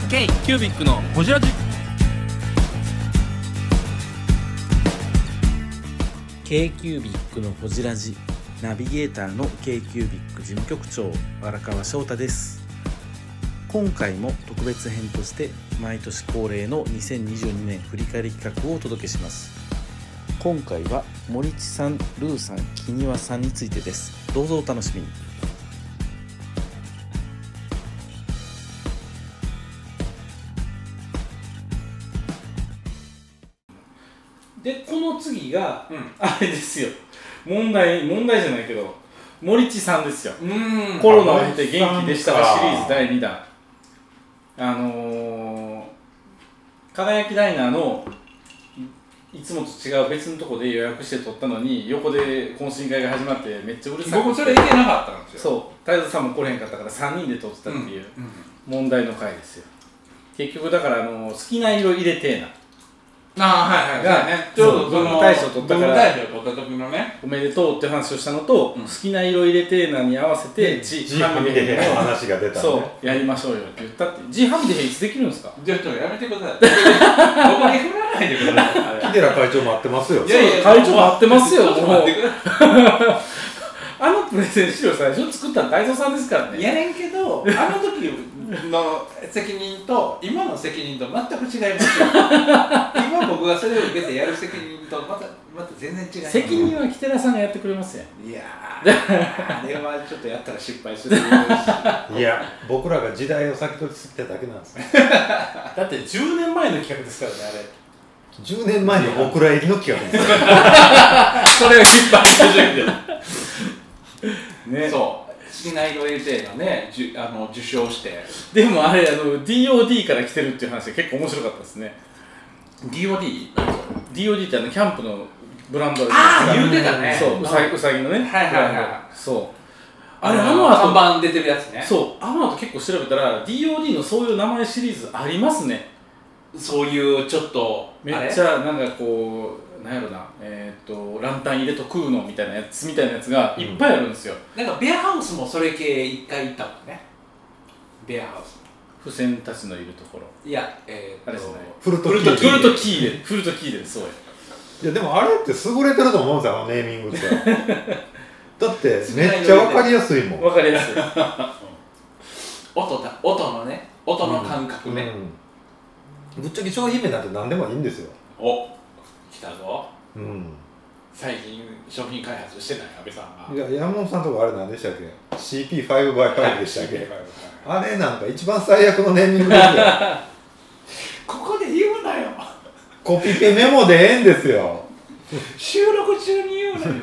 K キュービックのホジラジ k キュービックのホジラジナビゲーターの k キュービック事務局長荒川翔太です。今回も特別編として毎年恒例の2022年振り返り企画をお届けします。今回は森地さん、ルーさん、木庭さんについてです。どうぞお楽しみに。でこの次が、あれですよ、問題じゃないけど森地さんですよ。コロナを経て元気でしたがシリーズ第2弾、輝きダイナーのいつもと違う別のとこで予約して撮ったのに横で懇親会が始まってめっちゃうるさくて、 僕それ行けなかったんですよ。 そう、太蔵さんも来れへんかったから3人で撮ってたっていう問題の回ですよ。結局だから好きな色入れてーなはいがね、ちょうどその文具大賞取ったから文具大賞取った時のね、 おめでとうって話をしたのと、好きな色入れてーなに合わせてジハミでの話が出たね。 そうやりましょうよって言ったって。ジハミでいつできるんですか？ ちょっとやめてください。僕に振らないでください。 木寺会長待ってますよ。 いやいや会長待ってますよ。 ちょっと待ってくださあのプレゼン資料最初作ったの太蔵さんですからい。 ね。 やれんけど、あの時の責任と今の責任と全く違いますよ。今僕がそれを受けてやる責任とまた全然違います。 責任は木寺さんがやってくれますよ。 いやー、あれはちょっとやったら失敗するし。 いや、僕らが時代を先取りすぎただけなんですよ。 だって10年前の企画ですからね、あれ。 10年前の僕ら入りの企画ですよ。 それを失敗するね、 そう好きな色入れてのね、受賞して。 でもあれDOD から来てるっていう話が結構面白かったですね。 DOD？ DOD ってキャンプのブランドああ言うてたね。 そう、うさぎのね、 はいはいはい、 そうあの後看板出てるやつね。 そう、あの後結構調べたら DOD のそういう名前シリーズありますね。 そういうちょっとめっちゃなんかこうなんやろな、ランタン入れと食うのみたいなやつがいっぱいあるんですよ。 なんかベアハウスもそれ系一回行ったもんね。ベアハウス付箋たちのいるところ、 いや、 あれですね、 フルトキーでそうや。 いやでもあれって優れてると思うんですよ、あのネーミングって。だってめっちゃ分かりやすいもん。 分かりやすい。 音のね、音の感覚ね、 ぶっちゃけ商品名なんて何でもいいんですよ。 お、来たぞ。 最近商品開発してない安倍さんが。いや、山本さんとこあれ何でしたっけ？ CP5x5 でしたっけ？あれなんか一番最悪のネーミングですよ。 ここで言うなよ。 コピペメモでええんですよ。 収録中に言うなよ。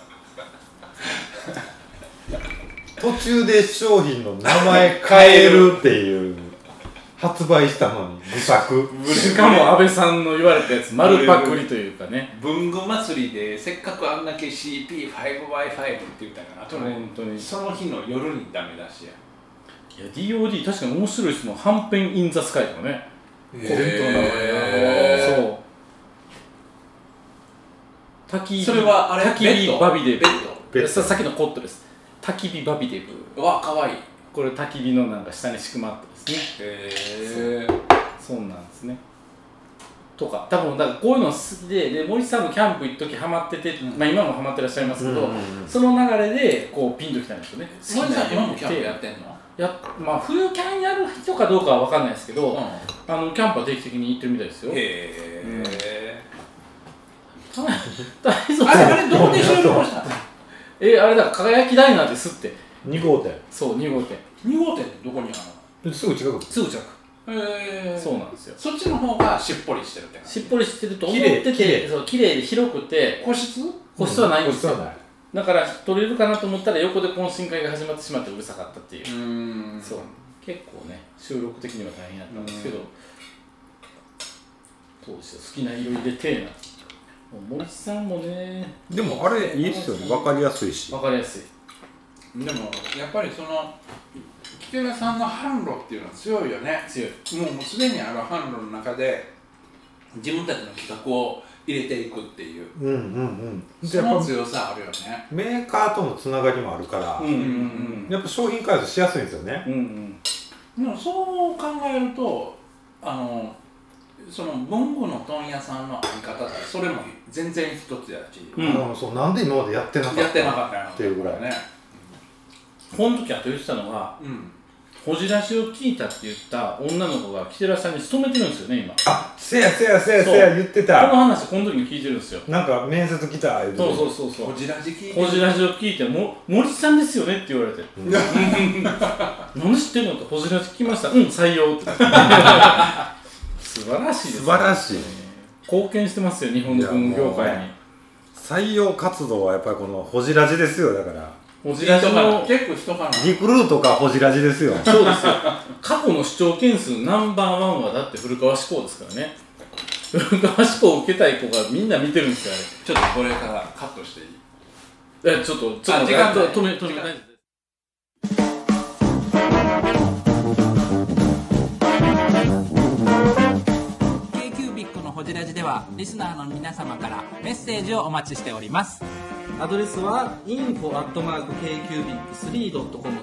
途中で商品の名前変えるっていう発売したのに愚策。 しかも安倍さんの言われたやつ丸パクリというかね。 文具祭りでせっかくあんだけ CP5x5 って言ったから、あとね、 本当にその日の夜にダメ出しや。 いや DOD 確かに面白いですもん。はんぺんインザスカイとかね。 へー、そう。 それはあれ焚き火バビデブ。さっきのコットです。焚き火バビデブ。 わ、かわいい。 これ焚き火のなんか下に敷くマットですね。 へえ。 そうなんですね。とか多分だからこういうの好きで森さんもキャンプ行っときハマってて、まあ今もハマってらっしゃいますけど、その流れでこうピンときたんですよね。 森さん今もキャンプやってんの？ まあ冬キャンやる人かどうかは分かんないですけど、キャンプは定期的に行ってるみたいですよ。 へえ。 あれどこで収録したの？あれだ、輝きダイナーですって。 2号店。 そう、2号店。 2号店ってどこにあるの？ すぐ近く。 すぐ近く。 へえ。 そうなんですよ。 そっちの方がしっぽりしてるって感じ。 しっぽりしてると思ってて、そう、綺麗で広くて、 個室はないんですよ。 個室はない。 だから撮れるかなと思ったら横で懇親会が始まってしまってうるさかったっていう。そう。結構ね、収録的には大変だったんですけど、どうしよう、好きな色入れてーな。森さんもね。 でもあれいいっすよね、分かりやすいし。 分かりやすい。 でもやっぱりその木寺さんの販路っていうのは強いよね。 強い。 もうすでにある販路の中で自分たちの企画を入れていくっていう、その強さあるよね。 メーカーとのつながりもあるから、やっぱ商品開発しやすいんですよね。 でもそう考えるとその文具の問屋さんのあり方だそれも全然一つやし、 そうなんで今までやってなかったやってなかったよっていうぐらいね。 この時あと言ってたのが、ほじらしを聞いたって言った女の子がキテラさんに勤めてるんですよね今。 せや言ってこた。 の話この時に聞いてるんですよ。 なんか面接来た言ってた。 そうほじらじ聞いてほじらしを聞いて森さんですよねって言われて、なんで知ってるのってほじらし聞きました。採用って素晴らしいです、ね、 素晴らしい。 貢献してますよ日本の文具業界に。 採用活動はやっぱりこのほじらじですよ。だからほじらじの結構人かなリクルートかほじらじですよ。 そうですよ。過去の視聴件数ナンバーワンはだって古川志向ですからね。古川志向を受けたい子がみんな見てるんですよあれ。 ちょっとこれからカットしていい？ ちょっと時間止め大丈夫です。 ほじラジではリスナーの皆様からメッセージをお待ちしております。 アドレスは info@kcubic3.com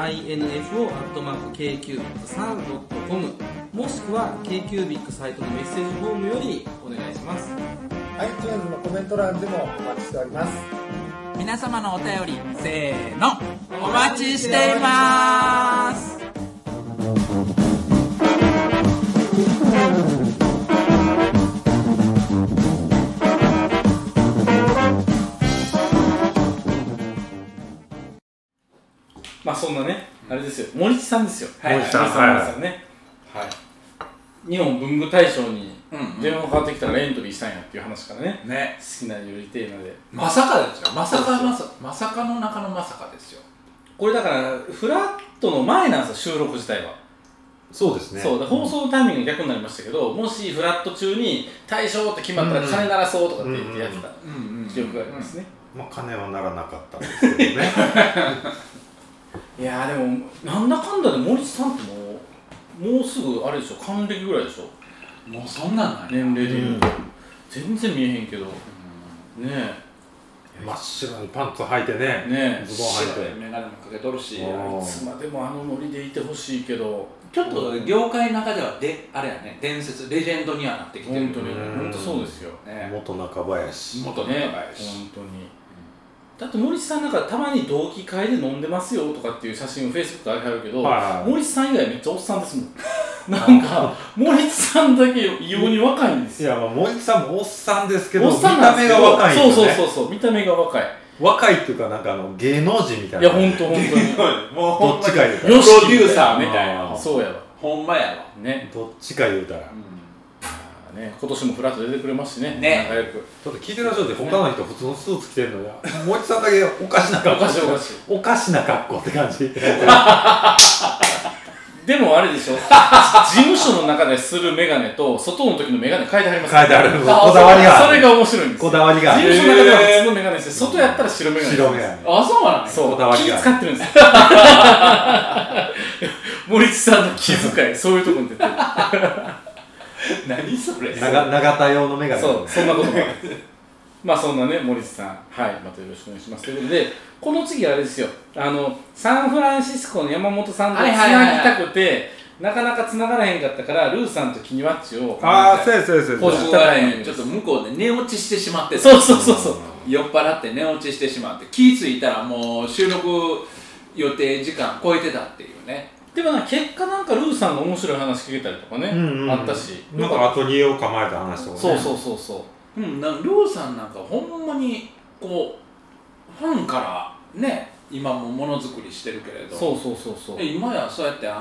info@kcubic3.com もしくは KQBIC サイトのメッセージフォームよりお願いします。 iTunes のコメント欄でもお待ちしております。 皆様のお便りせーのお待ちしています。 まあそんなね、あれですよ、森地さんですよ。 森地さんね。はい。日本文具大賞に電話がかかってきたらエントリーしたんやっていう話からね。 ね。 好きなよりテーマで。 まさかですよ。まさかの中のまさかですよ。 これだからフラットの前なんですよ、収録自体は。 そうですね。 そうだ、放送タイミングが逆になりましたけど、もしフラット中に大賞って決まったら金鳴らそうとかって言ってやってた記憶がありますね。 まあ金はならなかったんですけどね。 いやでもなんだかんだで森さんってもうすぐあれでしょ、還暦ぐらいでしょ。 もうそんなんない年齢で言うと、全然見えへんけど、ねえ真っ白にパンツ履いてね、ズボン履いてメガネもかけとるし、いつまでもあのノリでいてほしいけど、 ちょっと業界の中ではあれやね、伝説レジェンドにはなってきてる。 本当そうですよね。 元中林元中林、 本当に。だって森さんなんかたまに同期会で飲んでますよとかっていう写真をフェイスブックで上げはるけど、森さん以外めっちゃおっさんですもん。なんか森さんだけ異様に若いんですよ。 いや、森さんもおっさんですけど、 見た目が若いよね。 そう見た目が若い。 若いっていうか、なんか芸能人みたいな。 いや本当にもうどっちか言うたらよしプロデューサーみたいな。 そうやわほんまやわね。 どっちか言うたら、 ね、今年もフラット出てくれますしね。仲良くちょっと聞いてらっしゃって他の人普通のスーツ着てるのや、森さんだけおかしな格好、おかしな格好って感じ。 でもあれでしょ、事務所の中でするメガネと外の時のメガネ変えてはります。 変えてある、こだわりがそれが面白いんです。 こだわりが事務所の中では普通のメガネして、外やったら白メガネ。 白メガネ。 あ、そうなんそう、 こだわりが気使ってるんですよ。森地さんの気遣い、そういうところに出てる。 何それ。 長田用のメガネ。 そう、そんなこともある。まあそんなね、森地さん、はい、またよろしくお願いしますということで、この次あれですよ、サンフランシスコの山本さんとつなぎたくて、なかなかつながらへんかったから、ルーさんとキニワッチを、 そうポジ僕はね、ちょっと向こうで寝落ちしてしまって、 そう。 酔っ払って寝落ちしてしまって、気付いたらもう収録予定時間超えてたっていうね。 でも結果なんかルーさんの面白い話聞けたりとかね、あったし、 なんかアトリエを構えた話とかね。 そう。 ルーさんなんかほんまにこうファンからね、今もものづくりしてるけれど、 そう今やそうやって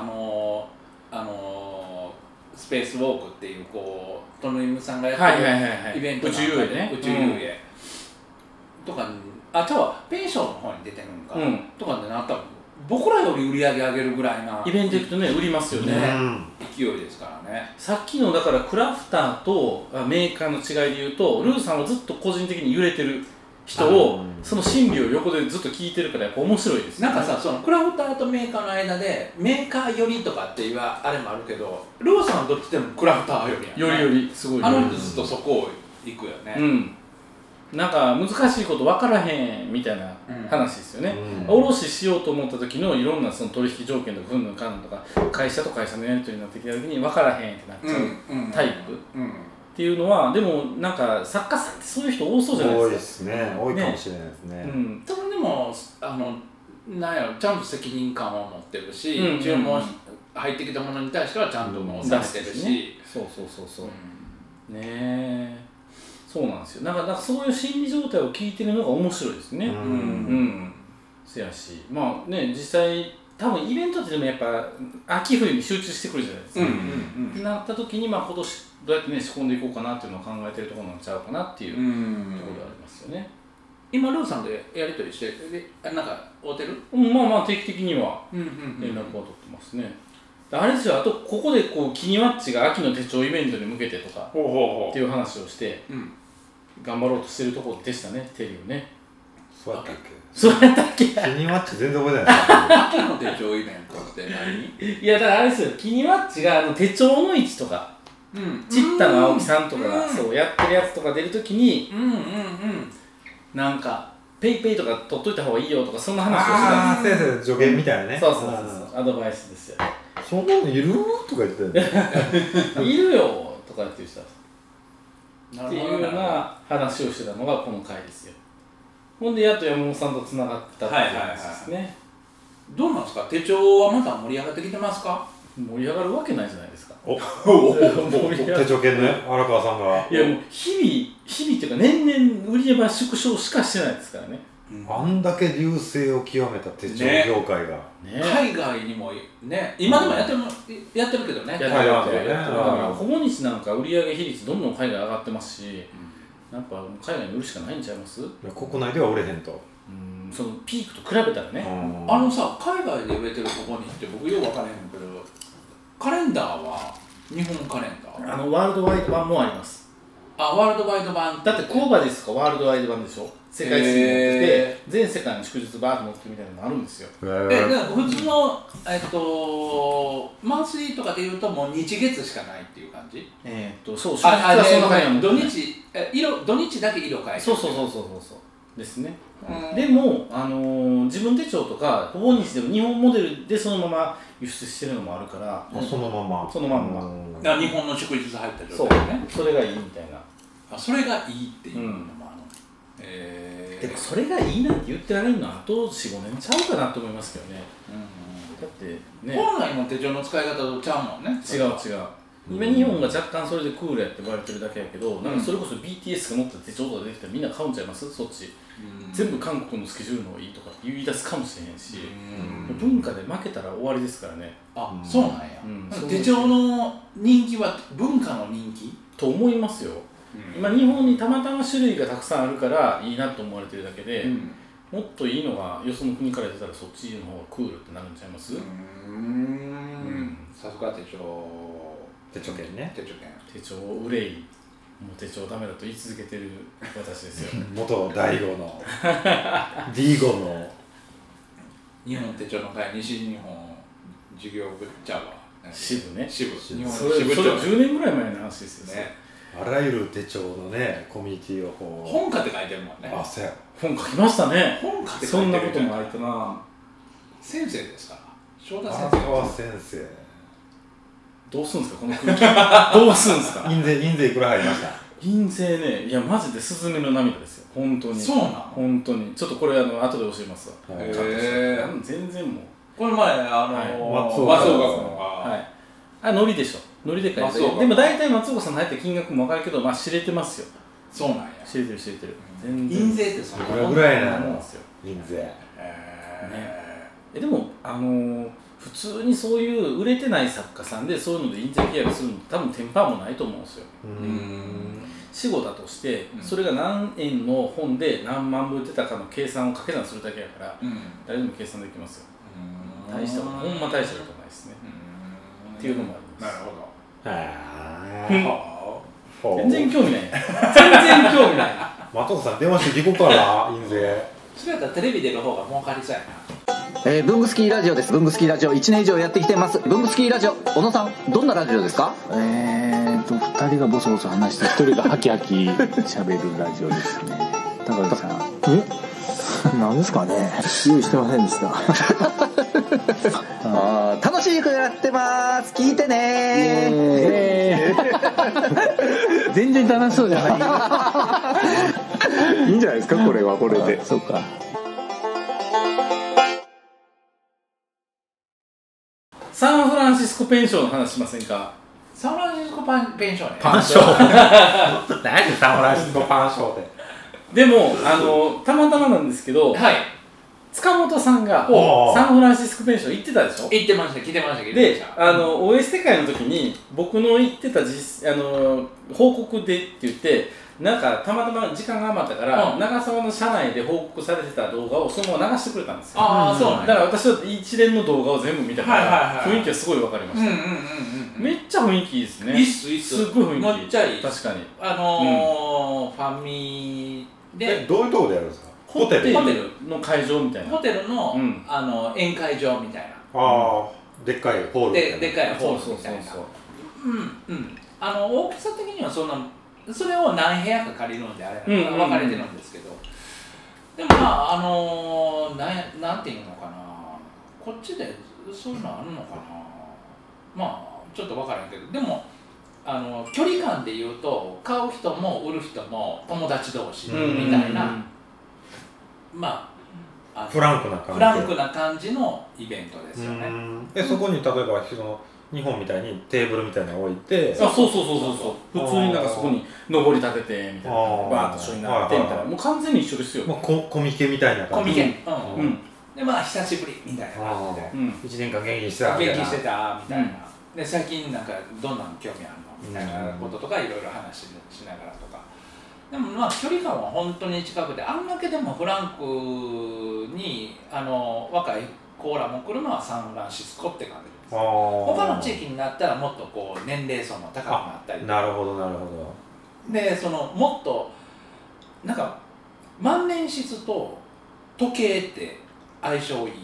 スペースウォークっていうこうトノイムさんがやってるイベントなんかで、宇宙遊泳とかに、ペンションの方に出てるんか、とかでなったら僕らより売り上げ上げるぐらいなイベント行くとね、売りますよね、 勢いですからね。 さっきのだからクラフターとメーカーの違いで言うと、ルーさんはずっと個人的に揺れてる人を、その心理を横でずっと聞いてるからやっぱ面白いですよね。 なんかさ、そのクラフターとメーカーの間でメーカー寄りとかっていうあれもあるけど、ルーさんはどっちでもクラフター寄りやね。 よりすごいあの人ずっとそこを行くよね。 なんか難しいこと分からへんみたいな話ですよね、卸しようと思った時のいろんなその取引条件とかふんぬんかんぬんとか会社と会社のやり取りになってきた時に分からへんってなっちゃうタイプっていうのは、でもなんか作家さんってそういう人多そうじゃないですか。 多いですね、多いかもしれないですね。 多分でもなんやろ、ちゃんと責任感を持ってるし、注文入ってきたものに対してはちゃんともう出してるし、 そうねえ、そうなんですよ。なんかそういう心理状態を聞いてるのが面白いですね。せやし、まあね、実際多分イベントってでもやっぱ秋冬に集中してくるじゃないですか。ってなった時に、まあ今年どうやってね仕込んでいこうかなっていうのを考えてるところなんちゃうかなっていうところでありますよね。 今ルーさんでやり取りしてでなんか会うてる？ まあ定期的には連絡を取ってますね。あれですよ、あとここでこうキニワッチが秋の手帳イベントに向けてとかっていう話をして頑張ろうとしてるところでしたね、テリーをね。 そうやったっけ？ そうやったっけ？ キニワッチ全然覚えてない秋の手帳イベントって何？ いやだからあれですよ、キニワッチが手帳の位置とか、チッタの青木さんとかがそうやってるやつとか出るときに、なんかペイペイとか取っといた方がいいよとかそんな話をしてたんです。 先生助言みたいなね。 そうアドバイスですよ。 そんなのいるとか言ってたよね。 いるよとかって言ってたっていうような話をしてたのがこの回ですよ。ほんでやっと山本さんとつながってたっていう話ですね。 どうなんですか、手帳はまだ盛り上がってきてますか？ 盛り上がるわけないじゃないですか。 手帳犬ね、荒川さんが。 いやもう日々っていうか年々売り場縮小しかしてないですからね。 あんだけ隆盛を極めた手帳業界が、 海外にもね、今でもやってるけどね。 やってるだからほぼ日なんか売上比率どんどん海外上がってますし、やっぱ海外に売るしかないんちゃいます？ 国内では売れへんと。 そのピークと比べたらね。 さ、海外で売れてるほぼ日って僕よく分からへんけど、カレンダーは日本カレンダー？ ワールドワイド版もあります。 ワールドワイド版だってコーバですか、ワールドワイド版でしょ。世界水準持ってて全世界の祝日バーッと持ってみたいなのがあるんですよ。 だから普通のマンスリーとかでいうともう日月しかないっていう感じ？ そう、祝日はそんな感じ。 土日だけ色変えてる。 そうですね。でも自分手帳とかほぼ日でも日本モデルでそのまま輸出してるのもあるから、 そのまま日本の祝日入った状態ね。 それがいいみたいな。 それがいいっていうのもでもそれがいいなんて言ってられるのはあと 4,5 年ちゃうかなと思いますけどね。だってね、 本来の手帳の使い方とちゃうもんね。 違う今日本が若干それでクールやって言われてるだけやけど、なんかそれこそ BTS が持った手帳とか出てきたらみんな買うんちゃいます？そっち全部韓国のスケジュールの方がいいとか言い出すかもしれへんし、文化で負けたら終わりですからね。 そうなんや。手帳の人気は文化の人気と思いますよ。今日本にたまたま種類がたくさんあるからいいなと思われてるだけで、もっといいのがよその国から出たらそっちの方がクールってなるんちゃいます？ さすが手帳券ね。 手帳憂い、もう手帳ダメだと言い続けてる私ですよ。 元第5の D5 の日本手帳の会、西日本事業部ちゃうわ。 支部ね。 日本それ10年ぐらい前の話ですよね。 あらゆる手帳のね、コミュニティをこう本家って書いてるもんね。 そうや。 本書きましたね。 本家ってそんなこともあったな。 先生ですから。翔太荒先生。 川先生。 どうすんですかこの空気。どうすんですか。 印税いくら入りました？ 印税ね、いやマジでスズメの涙ですよ。本当に。 そうなの？ 本当に。ちょっとこれ後で教えますわ。全然もう。 この前松岡君が。 ノリでしょ。ノリで書いてる。でも大体松岡さんの入った金額も分かるけど、まあ知れてますよ。 そうなんや。 知れてる。 印税ってそのぐらいなんですよ。印税。 でも普通にそういう売れてない作家さんでそういうので印税契約するの多分テンパーもないと思うんですよ。死後だとしてそれが何円の本で何万部出たかの計算を掛け算するだけやから、誰でも計算できますよ。大したことほんま大したことないですね。っていうのもあります。 なるほど。全然興味ない。全然興味ない。 松岡さん電話して聞こうかな、印税。 それやったらテレビ出る方が儲かりそうやな。 ブングスキーラジオです。ブングスキーラジオ1年以上やってきてます。ブングスキーラジオ、小野さんどんなラジオですか 2人がボソボソ話して1人がハキハキ喋るラジオですね。 高木さん。 何ですかね。用意してませんでした。 楽しくやってます。聞いてね。 全然楽しそうじゃない。いいんじゃないですか、これはこれで。そうか。 サンフランシスコペンションの話しませんか？ サンフランシスコペンションね。 パンショー何でサンフランシスコパンショーで。 でもたまたまなんですけど、 はい。 塚本さんがサンフランシスコペンション行ってたでしょ？ 行ってました、来てました、 で、OST 会の時に僕の言ってた報告でって言って、なんかたまたま時間が余ったから、長澤の社内で報告されてた動画をそのまま流してくれたんですよ。 ああ、そうなんだから私は一連の動画を全部見たから、雰囲気はすごい分かりました。めっちゃ雰囲気いいですね。 いいっす、いいっす。 すっごい雰囲気いい。 めっちゃいい。 確かに。 ファミでどういうとこでやるんですか？ホテルの会場みたいな。 ホテルの宴会場みたいな。 ああ、でっかいホールみたいな。 でっかいホールみたいな。大きさ的にはそんな、それを何部屋か借りるのであれば分かれてるんですけど、でもまあなんていうのかな、こっちでそういうのあるのかな、まあちょっと分からんけど、でも距離感でいうと買う人も売る人も友達同士みたいな、まあフランクな感じのイベントですよね。 そこに例えば日本みたいにテーブルみたいなのを置いて、 そう普通になんかそこに上り立ててみたいな、バーッと一緒になってみたいな、もう完全に一緒ですよ。 もうコミケみたいな感じ。 コミケ。でまあ久しぶりみたいな感じで、 1年間元気してたみたいな。で最近なんかどんなの興味あるのみたいなこととかいろいろ話しながらとか。でもまあ距離感は本当に近くて、あんだけでもフランクに若いコーラも来るのはサンフランシスコって感じです。他の地域になったらもっとこう年齢層も高くなったりとか。 なるほど。 でもっとなんか万年筆と時計って相性いい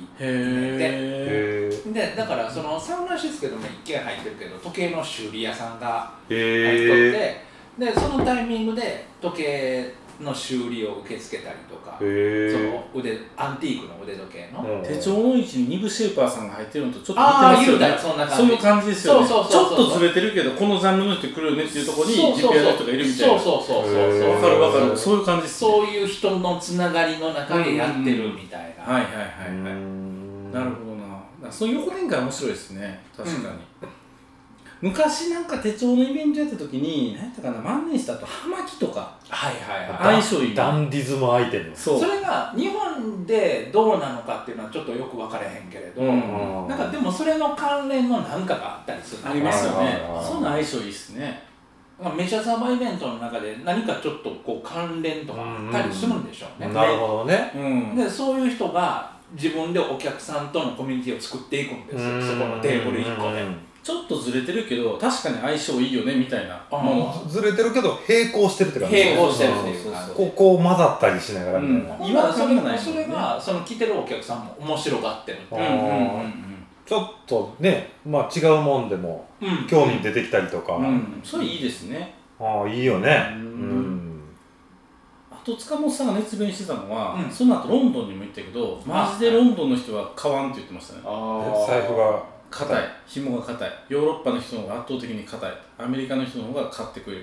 で、だからサンフランシスコでも一軒入ってるけど時計の修理屋さんが入っとって、でそのタイミングで時計の修理を受け付けたりとか、そのアンティークの腕時計の、 手帳の位置にニブ・シェーパーさんが入ってるのとちょっと似てますよね。そういう感じですよね。ちょっとずれてるけどこのジャンルの人来るよねっていうところに実況の人がいるみたいな。そう分かる、そういう感じです。 そういう人のつながりの中でやってるみたいな。 なるほどな。その横展開面白いですね。確かに。昔なんか手帳のイベントやった時に何やったかな、万年筆だと葉巻とか相性いい。 ダンディズムアイテム。 それが日本でどうなのかっていうのはちょっとよく分からへんけれど、なんかでもそれの関連の何かがあったりする。 ありますよね。そんな相性いいですね。 メジャーサーバーイベントの中で何かちょっとこう関連とかあったりするんでしょうね。 なるほどね。 でそういう人が自分でお客さんとのコミュニティを作っていくんですよ。そこのテーブル1個で。 ちょっとずれてるけど確かに相性いいよねみたいな。 ずれてるけど並行してるって感じ。 並行してるっていう感じ。 こう混ざったりしながらみたいな。 今それが来てるお客さんも面白がってる。 ちょっとね、まあ違うもんでも興味出てきたりとか。 それいいですね。 いいよね。 あと塚本さんが熱弁してたのは、その後ロンドンにも行ったけど、マジでロンドンの人は買わんって言ってましたね。 財布が硬い、紐が硬い。ヨーロッパの人の方が圧倒的に硬い。アメリカの人の方が買ってくれる。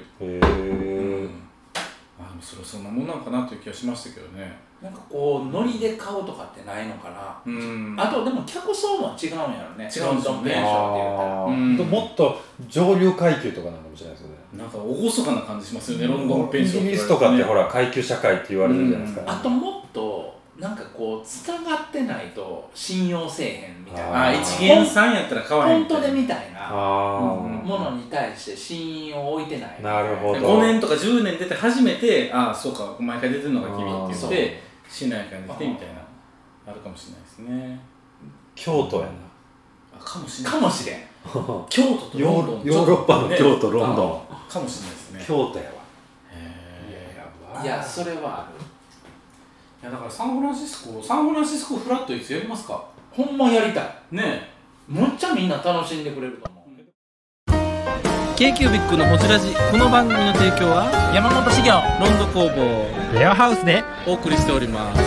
それはそんなもんなんかなという気がしましたけどね。 なんかこうノリで買うとかってないのかな。あとでも客層も違うんやろね。 違うんですよね。 もっと上流階級とかなのかもしれないですよね。 なんか厳かな感じしますよね。ロンドンペンション。 イギリスとかってほら階級社会って言われるじゃないですか。 あともっとなんかこうつながってないと信用せえへんみたいな。 一元さんやったら買わへんみたいな。 本当でみたいなものに対して信用を置いてない。 なるほど。 5年とか10年出て初めて、そうか毎回出てるのが君って言って信頼感が出てみたいなあるかもしれないですね。 京都やな。 かもしれん。 京都とロンドン。 ヨーロッパの京都、ロンドンかもしれないですね。 京都やわ。 いやそれはある。 いやだからサンフランシスコフラットいつやりますか？ ほんまやりたいね。 むっちゃみんな楽しんでくれると思う。 K-Cubic のホジラジ、この番組の提供は山本修行ロンド工房レアハウスでお送りしております。